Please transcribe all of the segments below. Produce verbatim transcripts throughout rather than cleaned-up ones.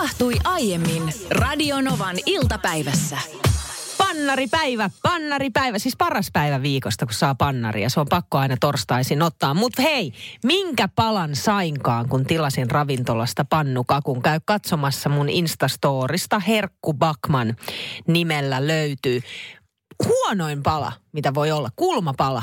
tapahtui aiemmin Radionovan iltapäivässä. Pannaripäivä, pannaripäivä, siis paras päivä viikosta, kun saa pannaria. Se on pakko aina torstaisin ottaa. Mutta hei, minkä palan sainkaan, kun tilasin ravintolasta pannukakun? Käy katsomassa mun Instastorista. Herkku Backman nimellä löytyy. Huonoin pala, mitä voi olla, kulmapala.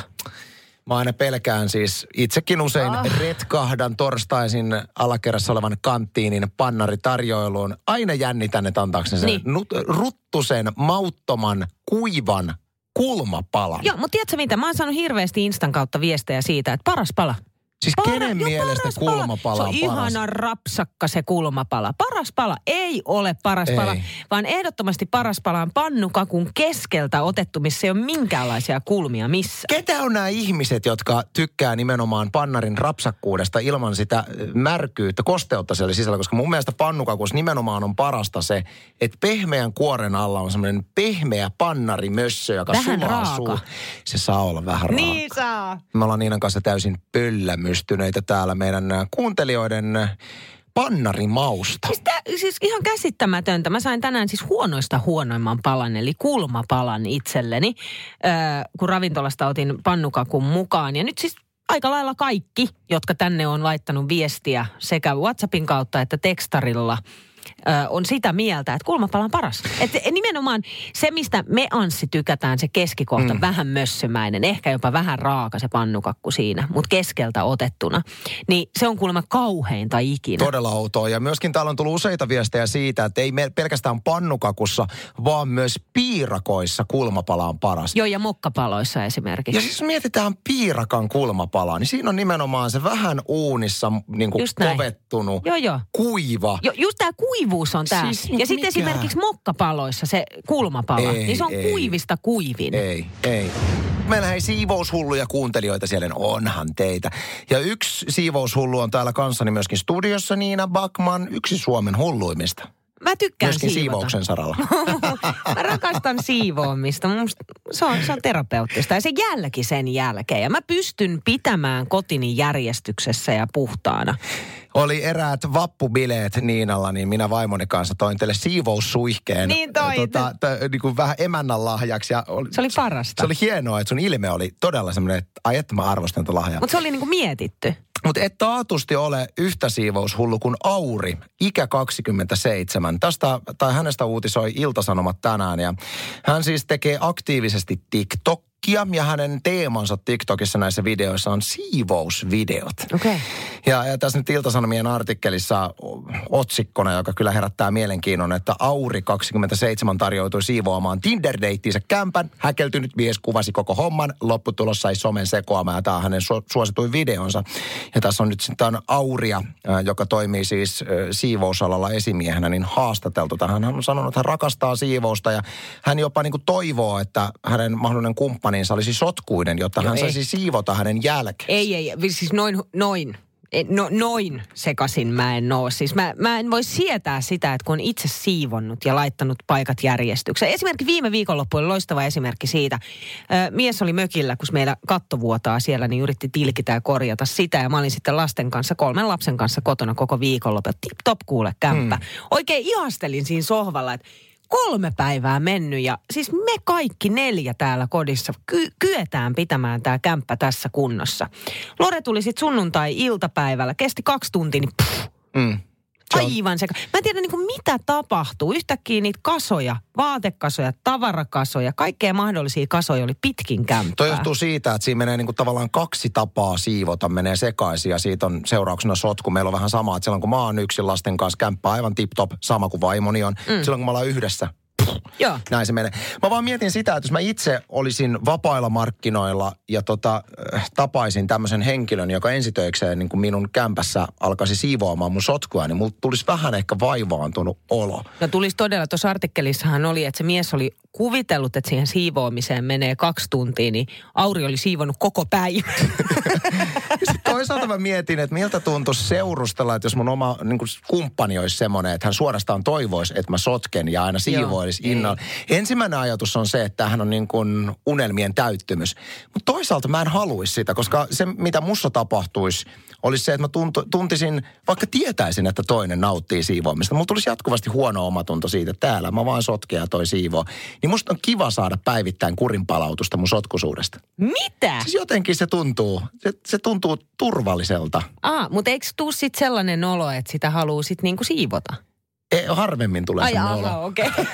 Mä aina pelkään siis itsekin usein oh. retkahdan torstaisin alakerrassa olevan kanttiinin pannaritarjoiluun. Aina jännitän, että antaako ne sen niin. nut- ruttusen, mauttoman, kuivan kulmapalan. Joo, mutta tiedätkö mitä? Mä oon saanut hirveästi Instan kautta viestejä siitä, että paras pala. Siis Para, kenen jo, mielestä kulmapala on paras? Se on ihana rapsakka se kulmapala. Paras pala ei ole paras ei. pala, vaan ehdottomasti paras pala on pannukakun keskeltä otettu, missä ei ole minkäänlaisia kulmia missään. Ketä on nämä ihmiset, jotka tykkää nimenomaan pannarin rapsakkuudesta ilman sitä märkyyttä, kosteutta siellä sisällä? Koska mun mielestä pannukakussa nimenomaan on parasta se, että pehmeän kuoren alla on semmoinen pehmeä pannarimössö, joka vähän sulaa raaka. suun. Se saa olla vähän raaka. Niin saa. Me ollaan Niinan kanssa täysin pöllämystyneitä täällä meidän kuuntelijoiden pannarimausta. Siis, tää, siis ihan käsittämätöntä. Mä sain tänään siis huonoista huonoimman palan, eli kulmapalan itselleni, äh, kun ravintolasta otin pannukakun mukaan. Ja nyt siis aika lailla kaikki, jotka tänne on laittanut viestiä sekä WhatsAppin kautta että tekstarilla, on sitä mieltä, että kulmapala on paras. Että nimenomaan se, mistä me Anssi tykätään, se keskikohta, mm. vähän mössömäinen, ehkä jopa vähän raaka se pannukakku siinä, mutta keskeltä otettuna, niin se on kuulemma kauheinta ikinä. Todella outoa. Ja myöskin täällä on tullut useita viestejä siitä, että ei pelkästään pannukakussa, vaan myös piirakoissa kulmapala on paras. Joo, ja mokkapaloissa esimerkiksi. Ja siis mietitään piirakan kulmapalaa, niin siinä on nimenomaan se vähän uunissa niin kuin kovettunut, joo, joo. kuiva. Jo, just tämä kuivuus on tämä. Siis, ja sitten mikä? esimerkiksi mokkapaloissa se kulmapala, ei, niin se on ei. kuivista kuivin. Ei, ei. Meillä hei siivoushulluja kuuntelijoita siellä, onhan teitä. Ja yksi siivoushullu on täällä kanssani myöskin studiossa, Niina Backman, yksi Suomen hulluimmista. Mä tykkään myöskin siivota. siivouksen saralla. Mä rakastan siivoamista. Musta se on, se on terapeuttista. Ja se jälki sen jälkeen. Ja mä pystyn pitämään kotini järjestyksessä ja puhtaana. Oli eräät vappubileet Niinalla, niin minä vaimoni kanssa toin teille siivoussuihkeen. Niin toit. Tota, t- niin kuin vähän emännän lahjaksi. Ja oli, se oli parasta. Se oli hienoa, että sun ilme oli todella semmoinen, että ai että mä arvostan tätä lahjaa. Mutta se oli niin kuin mietitty. Mutta et taatusti ole yhtä siivoushullu kuin Auri, ikä kaksikymmentäseitsemän. Tästä, tai hänestä uutisoi Ilta-Sanomat tänään. Ja hän siis tekee aktiivisesti TikTok. Ja hänen teemansa TikTokissa näissä videoissa on siivousvideot. Okay. Ja, ja tässä nyt Ilta-Sanomien artikkelissa otsikkona, joka kyllä herättää mielenkiinnon, että Auri kaksikymmentäseitsemän tarjoutui siivoamaan Tinder-deittiinsä kämpän. Häkeltynyt mies kuvasi koko homman. Lopputulos sai somen sekoamaan ja tämä on hänen su- suosituin videonsa. Ja tässä on nyt sitten Auria, joka toimii siis siivousalalla esimiehenä, niin haastateltu. Hän on sanonut, että hän rakastaa siivousta ja hän jopa niin kuin toivoo, että hänen mahdollinen kumppani niin se olisi sotkuinen, jotta Joo, hän saisi ei. siivota hänen jälkeensä. Ei, ei. Siis noin, noin. No, noin sekasin mä en oo. Siis mä, mä en voi sietää sitä, että kun on itse siivonnut ja laittanut paikat järjestykseen. Esimerkiksi viime viikonloppu oli loistava esimerkki siitä. Ö, mies oli mökillä, kun meillä katto vuotaa siellä, niin yritti tilkitä ja korjata sitä. Ja mä olin sitten lasten kanssa, kolmen lapsen kanssa kotona koko viikonloppu. Tip-top kuule kämppä. Hmm. Oikein ihastelin siinä sohvalla, että kolme päivää mennyt ja siis me kaikki neljä täällä kodissa ky- kyetään pitämään tämä kämppä tässä kunnossa. Lore tuli sitten sunnuntai-iltapäivällä, kesti kaksi tuntia, niin pff, mm. aivan seka. Mä en tiedä niin kuin mitä tapahtuu. Yhtäkkiä niitä kasoja, vaatekasoja, tavarakasoja, kaikkea mahdollisia kasoja oli pitkin kämppää. Toi johtuu siitä, että siinä menee niin kuin tavallaan kaksi tapaa siivota, menee sekaisin ja siitä on seurauksena sotku. Meillä on vähän sama, että silloin kun mä oon yksin lasten kanssa kämppä aivan tip-top, sama kuin vaimoni on. Mm. Silloin kun me ollaan yhdessä, Joo. näin se menee. Mä vaan mietin sitä, että jos mä itse olisin vapailla markkinoilla ja tota, tapaisin tämmöisen henkilön, joka ensitöikseen niin kuin minun kämpässä alkaisi siivoamaan mun sotkua, niin mulla tulisi vähän ehkä vaivaantunut olo. No tulisi todella, tuossa artikkelissahan oli, että se mies oli kuvitellut, että siihen siivoamiseen menee kaksi tuntia, niin Auri oli siivonnut koko päivän. Sitten toisaalta mä mietin, että miltä tuntuisi seurustella, että jos mun oma niin kuin kumppani olisi semmoinen, että hän suorastaan toivoisi, että mä sotken ja aina siivoilisi innolla. Ensimmäinen ajatus on se, että hän on niin kuin unelmien täyttymys. Mutta toisaalta mä en haluaisi sitä, koska se, mitä musta tapahtuisi, olisi se, että mä tuntu, tuntisin, vaikka tietäisin, että toinen nauttii siivoamista. Mulla tulisi jatkuvasti huono omatunto siitä, että täällä mä vaan sotken ja toi siivoo. Niin musta on kiva saada päivittäin kurinpalautusta mun sotkusuudesta. Mitä? Siis jotenkin se tuntuu, se, se tuntuu turvalliselta. Ah, mutta eikö tuu sit sellainen olo, että sitä haluaa sit niinku siivota? Ei, harvemmin tulee Ai sellainen aha, olo. okei. Okay.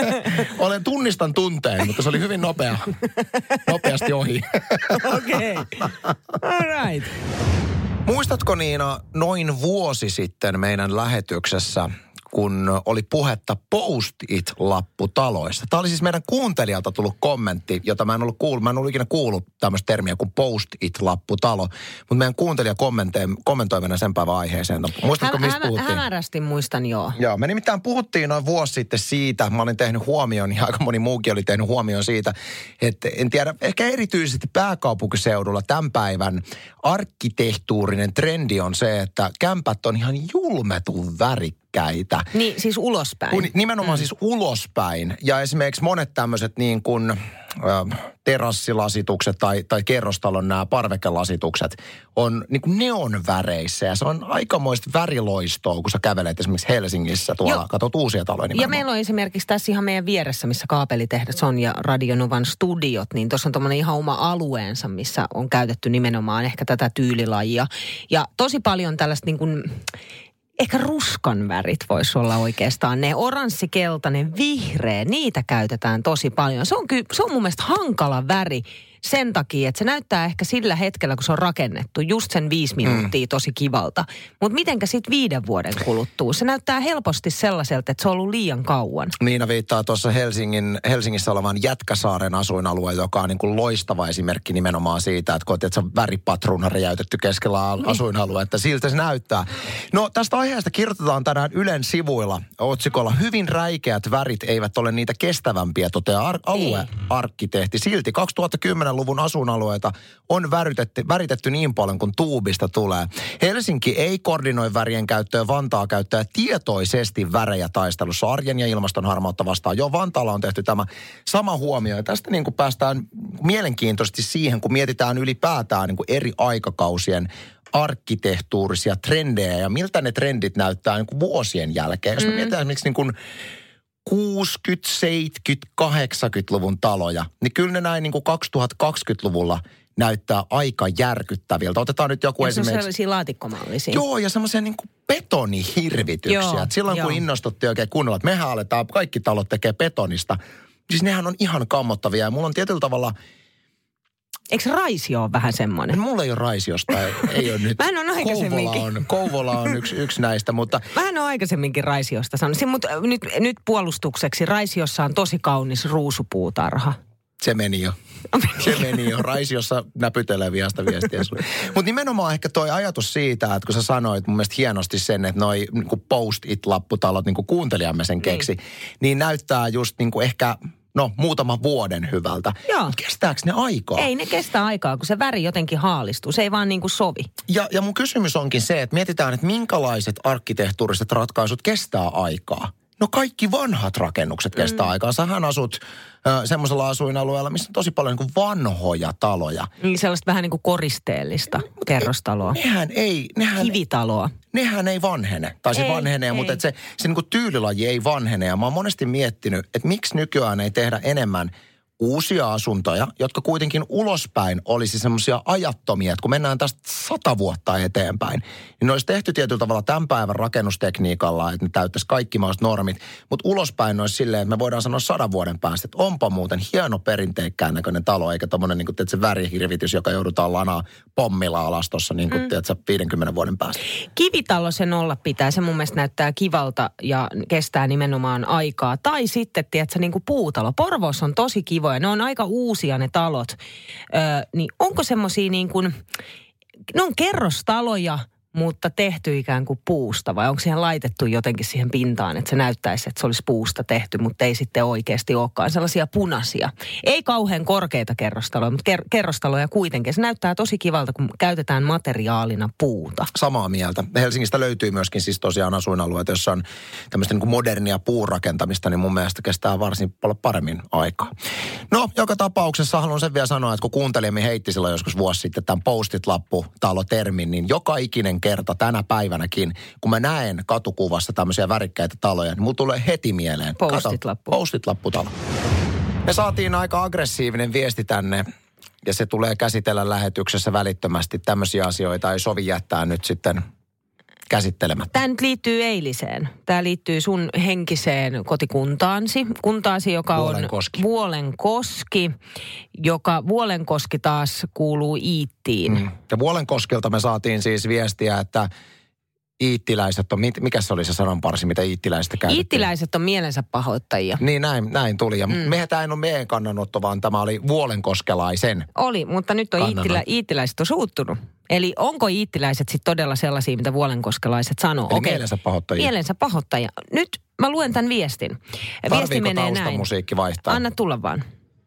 Olen tunnistan tunteen, mutta se oli hyvin nopea, nopeasti ohi. Okei. Okay. All right. Muistatko Niina noin vuosi sitten meidän lähetyksessä, kun oli puhetta post-it-lapputaloista. Tämä oli siis meidän kuuntelijalta tullut kommentti, jota mä en ollut kuullut. Mä en ollut ikinä kuullut tämmöistä termiä kuin post-it-lapputalo. Mutta meidän kuuntelija kommentoi mennä sen päivän aiheeseen. Muistatko, mistä hämä, puhuttiin? Hämärästi muistan, joo. Joo, me nimittäin puhuttiin noin vuosi sitten siitä, mä olin tehnyt huomioon ja aika moni muukin oli tehnyt huomioon siitä, että en tiedä, ehkä erityisesti pääkaupunkiseudulla tämän päivän arkkitehtuurinen trendi on se, että kämpät on ihan julmetun värikkäitä. Niin, siis ulospäin. Kun, nimenomaan mm. siis ulospäin. Ja esimerkiksi monet tämmöiset niin kuin äh, terassilasitukset tai, tai kerrostalon nämä parvekelasitukset on niin kuin neonväreissä. Ja se on aikamoista väriloistoa, kun sä kävelet esimerkiksi Helsingissä tuolla, Joo. katsot uusia taloja nimenomaan. Ja meillä on esimerkiksi tässä ihan meidän vieressä, missä kaapelitehdas on ja Radio Novan studiot, niin tuossa on tommoinen ihan oma alueensa, missä on käytetty nimenomaan ehkä tätä tyylilajia. Ja tosi paljon tällaista niin kuin ehkä ruskan värit voisi olla oikeastaan. Ne oranssi, keltainen, vihreä, niitä käytetään tosi paljon. Se on, ky- se on mun mielestä hankala väri sen takia, että se näyttää ehkä sillä hetkellä, kun se on rakennettu, just sen viisi minuuttia tosi kivalta. Mutta mitenkä sitten viiden vuoden kuluttuu? Se näyttää helposti sellaiselta, että se on ollut liian kauan. Niina viittaa tuossa Helsingin, Helsingissä olevan Jätkäsaaren asuinalue, joka on niin kuin loistava esimerkki nimenomaan siitä, että kun on väripatruuna räjäytetty keskellä niin. asuinaluetta, siltä se näyttää. No tästä aiheesta kirjoitetaan tänään Ylen sivuilla otsikolla Hyvin räikeät värit eivät ole niitä kestävämpiä, toteaa ar- aluearkkitehti. Silti kaksituhattakymmenen-luvun asuinalueita on väritetty, väritetty niin paljon kuin tuubista tulee. Helsinki ei koordinoi värien käyttöä, Vantaa käyttää tietoisesti värejä taistelussa arjen ja ilmaston harmautta vastaan. Jo Vantaalla on tehty tämä sama huomio. Ja tästä niin kuin päästään mielenkiintoisesti siihen, kun mietitään ylipäätään niin kuin eri aikakausien arkkitehtuurisia trendejä ja miltä ne trendit näyttää niin kuin vuosien jälkeen. Jos me mm. mietitään esimerkiksi niin kuin kuusikymmentä-, seitsemänkymmentä-, kahdeksankymmentäluvun taloja, niin kyllä ne näin niin kuin kaksituhattakaksikymmentäluvulla näyttää aika järkyttäviltä. Otetaan nyt joku ja esimerkiksi. Ja sellaisia laatikkomallisia. Joo, ja semmoisia niin kuin betonihirvityksiä. Joo, silloin jo. Kun innostuttiin oikein kunnolla, että mehän aletaan, kaikki talot tekee betonista. Siis nehän on ihan kammottavia ja mulla on tietyllä tavalla. Eikö Raisio ole vähän semmoinen? Mulla ei ole Raisiosta, ei, ei ole nyt. Vähän on aikaisemminkin. Kouvola on, Kouvola on yksi, yksi näistä, mutta. Vähän on aikaisemminkin Raisiosta sanoisin, mutta nyt, nyt puolustukseksi Raisiossa on tosi kaunis ruusupuutarha. Se meni jo. Se meni jo. Raisiossa näpytelee viasta viestiä. Mutta nimenomaan ehkä toi ajatus siitä, että kun sä sanoit mun mielestä hienosti sen, että noi niin post-it-lapputalot, niin kuin kuuntelijamme sen keksi, niin, niin näyttää just niin kuin ehkä. No, muutama vuoden hyvältä. Joo. Kestääkö ne aikaa? Ei ne kestä aikaa, kun se väri jotenkin haalistuu. Se ei vaan niin kuin sovi. Ja, ja mun kysymys onkin se, että mietitään, että minkälaiset arkkitehtuuriset ratkaisut kestää aikaa. No kaikki vanhat rakennukset kestää mm. aikaa. Sähän asut äh, semmoisella asuinalueella, missä on tosi paljon niin kuin vanhoja taloja. Niin sellaista vähän niin kuin koristeellista no, kerrostaloa. Nehän ei. Nehän, Kivitaloa. Nehän ei vanhene. Tai se ei, vanhenee, ei. Mutta se, se niin kuin tyylilaji ei vanhene. Ja mä oon monesti miettinyt, että miksi nykyään ei tehdä enemmän uusia asuntoja, jotka kuitenkin ulospäin olisi semmoisia ajattomia, että kun mennään tästä sata vuotta eteenpäin, niin ne olisi tehty tietyllä tavalla tämän päivän rakennustekniikalla, että ne täyttäisi kaikki mahdolliset normit, mutta ulospäin olisi silleen, että me voidaan sanoa sadan vuoden päästä, että onpa muuten hieno perinteikkään näköinen talo, eikä tommoinen niin kuin se värihirvitys, joka joudutaan lanaa pommilla alas tuossa niin kuin mm. tiedätkö, viidenkymmenen vuoden päästä. Kivitalo sen olla pitää, se mun mielestä näyttää kivalta ja kestää nimenomaan aikaa. Tai sitten, tiedätkö, niin kuin puutalo. Porvoossa on tosi kivoja. Ne on aika uusia ne talot. Öö, niin onko semmosia niin kuin, ne on kerrostaloja, mutta tehty ikään kuin puusta, vai onko siihen laitettu jotenkin siihen pintaan, että se näyttäisi, että se olisi puusta tehty, mutta ei sitten oikeasti olekaan. Sellaisia punaisia. Ei kauhean korkeita kerrostaloja, mutta ker- kerrostaloja kuitenkin. Se näyttää tosi kivalta, kun käytetään materiaalina puuta. Samaa mieltä. Helsingistä löytyy myöskin siis tosiaan asuinalueita, jossa on tämmöistä niin kuin modernia puurakentamista, niin mun mielestä kestää varsin paljon paremmin aikaa. No, joka tapauksessa haluan sen vielä sanoa, että kun kuuntelijamme heitti silloin joskus vuosi sitten tämän post-it-lappu-talo-termin, niin joka ikinen kerta tänä päivänäkin, kun mä näen katukuvassa tämmöisiä värikkäitä taloja, niin mulla tulee heti mieleen. Post-it-lappu. Post-it-lapputalo. Me saatiin aika aggressiivinen viesti tänne, ja se tulee käsitellä lähetyksessä välittömästi. Tämmöisiä asioita ei sovi jättää nyt sitten käsittelemättä. Tämä nyt liittyy eiliseen. Tämä liittyy sun henkiseen kotikuntaansi. Kuntaasi, joka Vuolenkoski. on Vuolenkoski, joka Vuolenkoski taas kuuluu Iittiin. Mm. Ja Vuolenkoskelta me saatiin siis viestiä, että iittiläiset on, mikä se oli se sananparsi, mitä iittiläiset käytettiin? Iittiläiset on mielensä pahoittajia. Niin, näin, näin tuli. Ja mm. mehän tämä ei ole meidän kannanotto, vaan tämä oli vuolenkoskelaisen. Oli, mutta nyt on iittilä, iittiläiset on suuttunut. Eli onko iittiläiset sitten todella sellaisia, mitä vuolenkoskelaiset sanoo? Eli Okei. mielensä pahoittajia. Mielensä pahoittajia. Nyt mä luen tämän viestin. Viesti Tarviiko menee näin. taustamusiikki vaihtaa? Anna tulla vaan.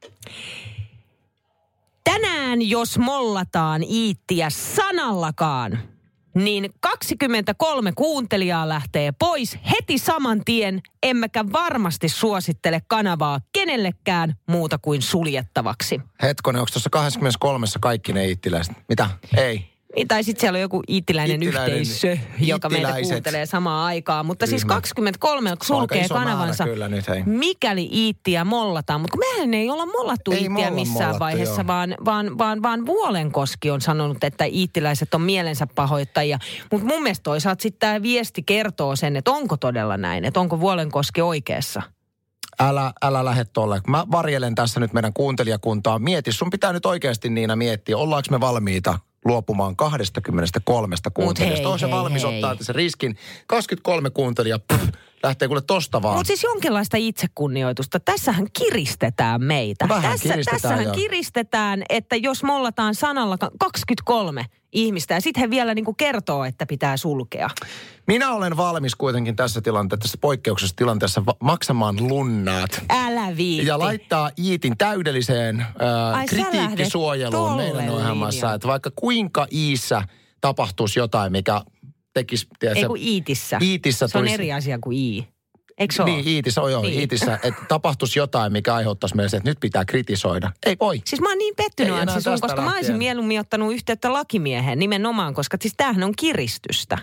Tänään, jos mollataan iittiä sanallakaan, niin kaksikymmentäkolme kuuntelijaa lähtee pois heti saman tien, emmekä varmasti suosittele kanavaa kenellekään muuta kuin suljettavaksi. Hetkonen, onko tuossa kaksikymmentäkolme kaikki ne iittiläiset? Mitä? Ei. Tai sitten siellä on joku iittiläinen, Iittiläinen yhteisö, joka meitä kuuntelee samaan aikaan. Mutta Ryhmä. Siis kaksikymmentäkolme sulkee kanavansa, kyllä nyt, hei. mikäli iittiä mollataan. Mutta kun mehän ei olla mollattu ei iittiä missään mollattu, vaiheessa, vaan, vaan, vaan, vaan Vuolenkoski on sanonut, että iittiläiset on mielensä pahoittajia. Mutta mun mielestä toisaalta sitten tämä viesti kertoo sen, että onko todella näin, että onko Vuolenkoski oikeassa. Älä, älä lähde tolle. Mä varjelen tässä nyt meidän kuuntelijakuntaa. Mieti, sun pitää nyt oikeasti Niina miettiä, ollaanko me valmiita luopumaan kaksikymmentäkolme kuuntelijasta. On se valmis hei. ottaa sen riskin. kaksikymmentäkolme kuuntelijaa, pff, lähtee kuule tosta vaan. Mutta siis jonkinlaista itsekunnioitusta. Tässähän kiristetään meitä. Vähän Tässä, kiristetään, tässähän joo. kiristetään, että jos mollataan sanalla kaksikymmentäkolme ihmistä ja sitten he vielä niinku kertoo, että pitää sulkea. Minä olen valmis kuitenkin tässä tilanteessa, tässä poikkeuksessa tilanteessa va- maksamaan lunnaat. Älä viitti. Ja laittaa Iitin täydelliseen äh, kritiikkisuojeluun meidän ohjelmassa. Että vaikka kuinka Iissä tapahtuisi jotain, mikä tekisi... Tiedätkö, ei kun Iitissä. Iitissä se on tulisi, eri asia kuin I. Eikö se ole? Niin, Iitissä on joo. Niin. Iitissä, että tapahtuisi jotain, mikä aiheuttaisi meille se, että nyt pitää kritisoida. Ei voi. Siis mä oon niin pettynyt, Anssi, sun, koska lähtien. Mä olisin mieluummin ottanut yhteyttä lakimieheen nimenomaan, koska siis tämähän on kiristystä.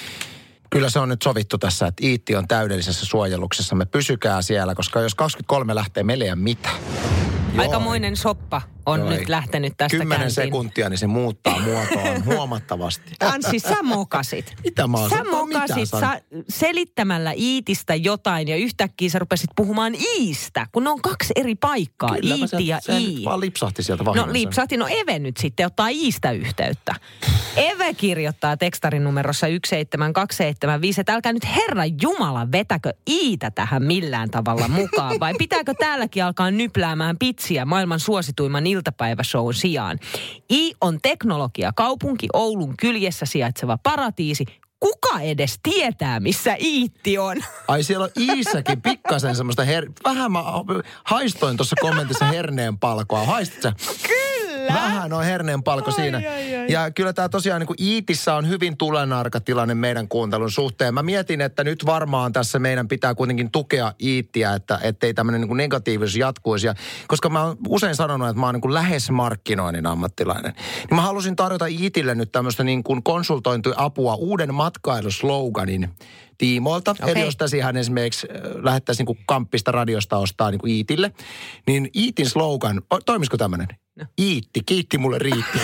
Kyllä se on nyt sovittu tässä, että Iitti on täydellisessä suojeluksessa. Me pysykää siellä, koska jos kaksikymmentäkolme lähtee, meille ei mitään. Aikamoinen soppa on Joo, nyt lähtenyt tästä Kymmenen käyntiin. sekuntia, niin se muuttaa muotoon huomattavasti. Anssi, sä mokasit. Mitä mä oon Sä mokasit sä selittämällä Iitistä jotain ja yhtäkkiä sä rupesit puhumaan Iistä, kun ne on kaksi eri paikkaa, Kyllä, Iiti ja se, I. Se vaan lipsahti sieltä vahingossa. No lipsahti, no Eve nyt sitten ottaa Iistä yhteyttä. Eve kirjoittaa tekstarin numerossa yksi seitsemän kaksi seitsemän viisi, että älkää nyt Herran Jumala vetäkö Iitä tähän millään tavalla mukaan, vai pitääkö täälläkin alkaa nypläämään pitsiä maailman suosituimman iltapäiväshown sijaan. I on teknologiakaupunki, Oulun kyljessä sijaitseva paratiisi. Kuka edes tietää, missä Iitti on? Ai siellä on Iissäkin pikkasen semmoista, her... vähän mä haistoin tuossa kommentissa herneen palkoa. Haistit sä? Kyllä. Vähän on herneen palko ai, siinä. Ai, ai. Ja kyllä tämä tosiaan niin kuin Iitissä on hyvin tulenarka tilanne meidän kuuntelun suhteen. Mä mietin, että nyt varmaan tässä meidän pitää kuitenkin tukea Iittiä, että ettei tämmöinen niin kuin negatiivisuus jatkuisi. Ja, koska mä oon usein sanonut, että mä oon niin kuin lähes markkinoinnin ammattilainen. Niin mä halusin tarjota Iitille nyt tämmöistä niin kuin konsultointiapua uuden matkailusloganin tiimoilta. Okay. Eli jos tässä ihan esimerkiksi lähettäisiin niin kuin Kamppista radiosta ostaa niin kuin Iitille, niin Iitin slogan, toimisiko tämmöinen? No. Iitti, kiitti mulle riitti.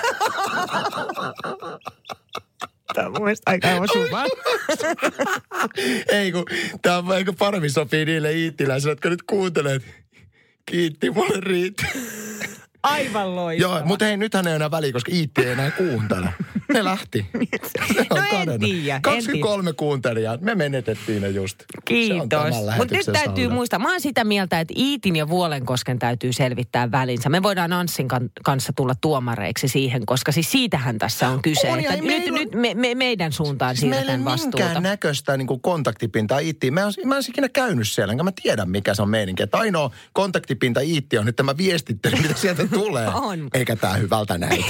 Tämä on mun mielestä aika osuvaa. Ei kun, tämä on aika paremmin sopii niille iittiläisille, jotka nyt kuuntelee. Kiitti mulle riitti. Aivan loistava. Joo, mutta hei, nythän ei enää väliä, koska Iitti ei enää kuuntele. Ne lähti. No en tiedä. kaksikymmentäkolme kuuntelijaa. Me menetettiin ne just. Kiitos. Mutta nyt täytyy sauna. muistaa, mä oon sitä mieltä, että Iitin ja Vuolenkosken täytyy selvittää välinsä. Me voidaan Anssin kan- kanssa tulla tuomareiksi siihen, koska siis siitähän tässä on kyse. On, että nyt on... nyt me, me, meidän suuntaan siis siirretään vastuuta. Meillä ei minkään näköistä niin kontaktipintaa Iittiin. Mä en, mä en ikinä käynyt siellä, enkä mä tiedä mikä se on meininki. Että ainoa kontaktipinta Iitti on nyt tämä viestittely, mitä sieltä tulee. On. Eikä tää hyvältä näytä.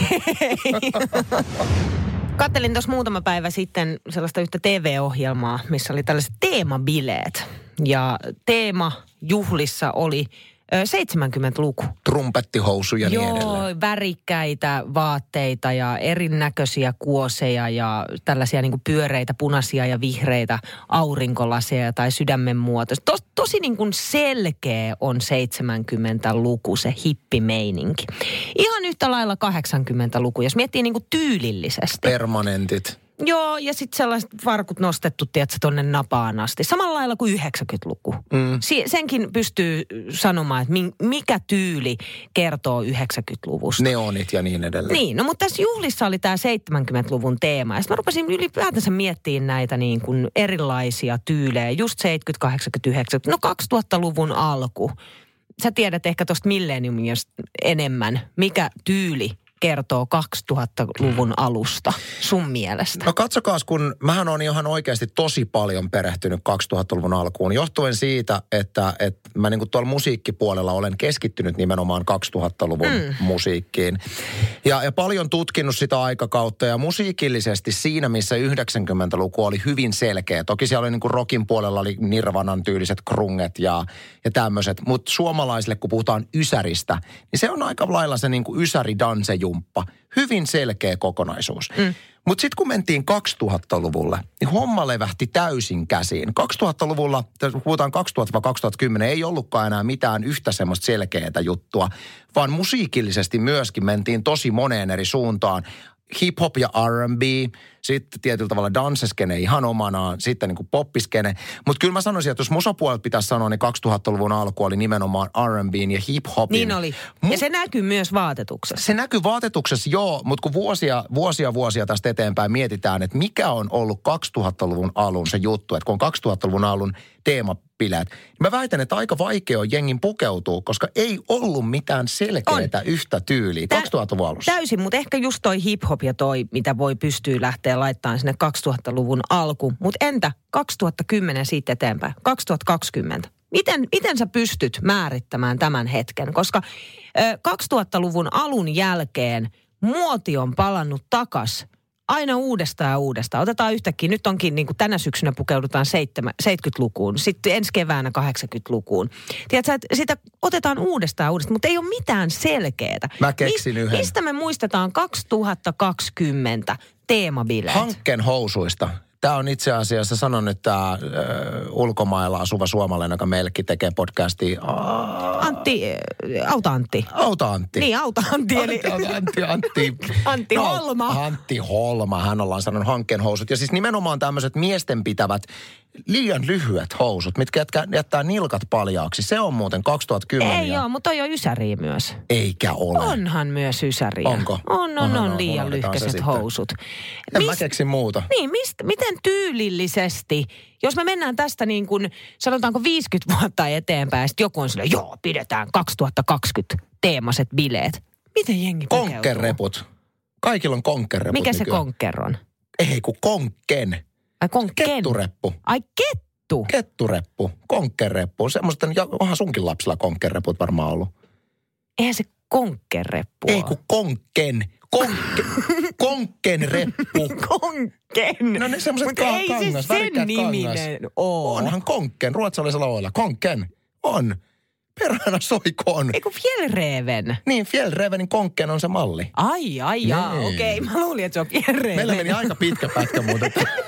Kattelin tuossa muutama päivä sitten sellaista yhtä T V-ohjelmaa, missä oli tällaiset teemabileet. Ja teema juhlissa oli ö, seitsemänkymmentäluku. Trumpettihousuja ja niin edelleen. Joo, värikkäitä vaatteita ja erinäköisiä kuoseja ja tällaisia niin kuin pyöreitä, punaisia ja vihreitä aurinkolaseja tai sydämen muotoista. Tos, tosi niin kuin selkeä on seitsemänkymmentäluku, se hippimeininki. Ihan yhtä lailla kahdeksankymmentäluku, jos miettii niin kuin tyylillisesti. Permanentit. Joo, ja sitten sellaiset varkut nostettu, tiedätkö, tonne napaan asti. Samalla lailla kuin yhdeksänkymmentäluku. Mm. Si- senkin pystyy sanomaan, että mikä tyyli kertoo yhdeksänkymmentäluvusta. Neonit ja niin edelleen. Niin, no mutta tässä juhlissa oli tämä seitsemänkymmentäluvun teema. Ja sitten mä rupesin ylipäätänsä miettimään näitä niin kuin erilaisia tyylejä. Just seitsemänkymmentä, kahdeksankymmentä, yhdeksänkymmentä, no kaksituhattaluvun alku. Sä tiedät ehkä tuosta millenniumista enemmän. Mikä tyyli kertoo kaksituhattaluvun alusta sun mielestä? No katsokaas, kun mähän on ihan oikeasti tosi paljon perehtynyt kaksituhattaluvun alkuun. Johtuen siitä, että, että mä niin kuin tuolla musiikkipuolella olen keskittynyt nimenomaan kaksituhattaluvun mm. musiikkiin. Ja, ja paljon tutkinut sitä aikakautta ja musiikillisesti siinä, missä yhdeksänkymmentäluku oli hyvin selkeä. Toki siellä oli niin kuin rockin puolella oli Nirvanan tyyliset krunget ja, ja tämmöiset. Mutta suomalaisille, kun puhutaan ysäristä, niin se on aika lailla se niin kuin ysäri-danseju. Hyvin selkeä kokonaisuus. Mm. Mutta sitten kun mentiin kaksituhattaluvulle, niin homma levähti täysin käsiin. kaksituhattaluvulla, kun puhutaan kaksituhatta kaksituhattakymmenen, ei ollutkaan enää mitään yhtä semmoista selkeää juttua, vaan musiikillisesti myöskin mentiin tosi moneen eri suuntaan. Hip-hop ja R and B, sitten tietyllä tavalla danseskene ihan omanaan, sitten niin kuin poppiskene. Mutta kyllä mä sanoisin, että jos musapuolelta pitäisi sanoa, niin kaksituhattaluvun alku oli nimenomaan R and B:n ja hip-hopin. Niin oli. Mut, ja se näkyy myös vaatetuksessa. Se näkyy vaatetuksessa, joo, mutta kun vuosia, vuosia, vuosia tästä eteenpäin mietitään, että mikä on ollut kaksituhattaluvun alun se juttu, että kun on kaksituhattaluvun alun teemabileet, niin mä väitän, että aika vaikea on jengin pukeutua, koska ei ollut mitään selkeää yhtä tyyliä kaksituhattaluvun alussa. Täysin, mutta ehkä just toi hip-hop ja toi, mitä voi pystyä lähteä laittamaan sinne kaksituhattaluvun alkuun. Mutta entä kaksituhattakymmenen siitä eteenpäin, kaksituhattakaksikymmentä? Miten, miten sä pystyt määrittämään tämän hetken? Koska ö, kaksituhattaluvun alun jälkeen muoti on palannut takas aina uudestaan ja uudestaan. Otetaan yhtäkkiä, nyt onkin niin kuin tänä syksynä pukeudutaan seitsemänkymmentälukuun, sitten ensi keväänä kahdeksankymmentälukuun. Tiedätkö, että sitä otetaan uudestaan ja uudestaan, mutta ei ole mitään selkeää. Mä keksin yhden. Mistä me muistetaan kaksituhattakaksikymmentä teemabileet? Hankkeen housuista. Tämä on itse asiassa, sanon nyt tämä äh, ulkomailla asuva suomalainen, joka meillekin tekee podcastia. Äh, Antti, äh, Auta Antti. Auta Antti. Niin, Auta Antti. Eli... Antti, Antti, Antti. Antti no, Holma. Antti Holma, hän ollaan sanonut hankkeen housut. Ja siis nimenomaan tämmöiset miesten pitävät liian lyhyet housut, mitkä jättää, jättää nilkat paljaaksi. Se on muuten kaksituhattakymmenen. Ei ja... joo, mutta toi on ysäriä myös. Eikä ole. Onhan myös ysäriä. Onko? On, on, on, on liian lyhkäiset housut. En Mis... mä keksin muuta. Niin, mist, miten tyylillisesti, jos me mennään tästä niin kuin, sanotaanko viisikymmentä vuotta eteenpäin, sitten joku on silleen, joo, pidetään kaksituhattakaksikymmentä teemaset bileet. Miten jengi pukeutuu? Konkkereput. Kaikilla on konkkereput. Mikä nykyään. Se konkker on? Ei, kun konkken. Ai konkken. Kettureppu. Ai kettu. Kettureppu. Konkkereppu. Semmoista, onhan sunkin lapsilla konkkereput varmaan ollut. Eihän se konkkereppu Ei kun konkken. Konkken. Konkkenreppu. Konkken. No ne semmoiset ka- ei kangas, se sen niminen oo. Onhan konkken. Ruotsalaisella oilla. Konkken. On. Perhana soikoon. Eiku Fjällräven. Niin, Fjällrävenin konkken on se malli. Ai, ai, jaa. Okei, okay. Mä luulin, että se on Fjällräven. Meillä meni aika pitkä pätkä muuten.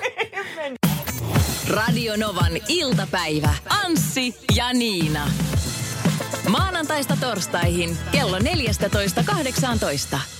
Radio Novan iltapäivä. Anssi ja Niina. Maanantaista torstaihin kello neljätoista kahdeksantoista.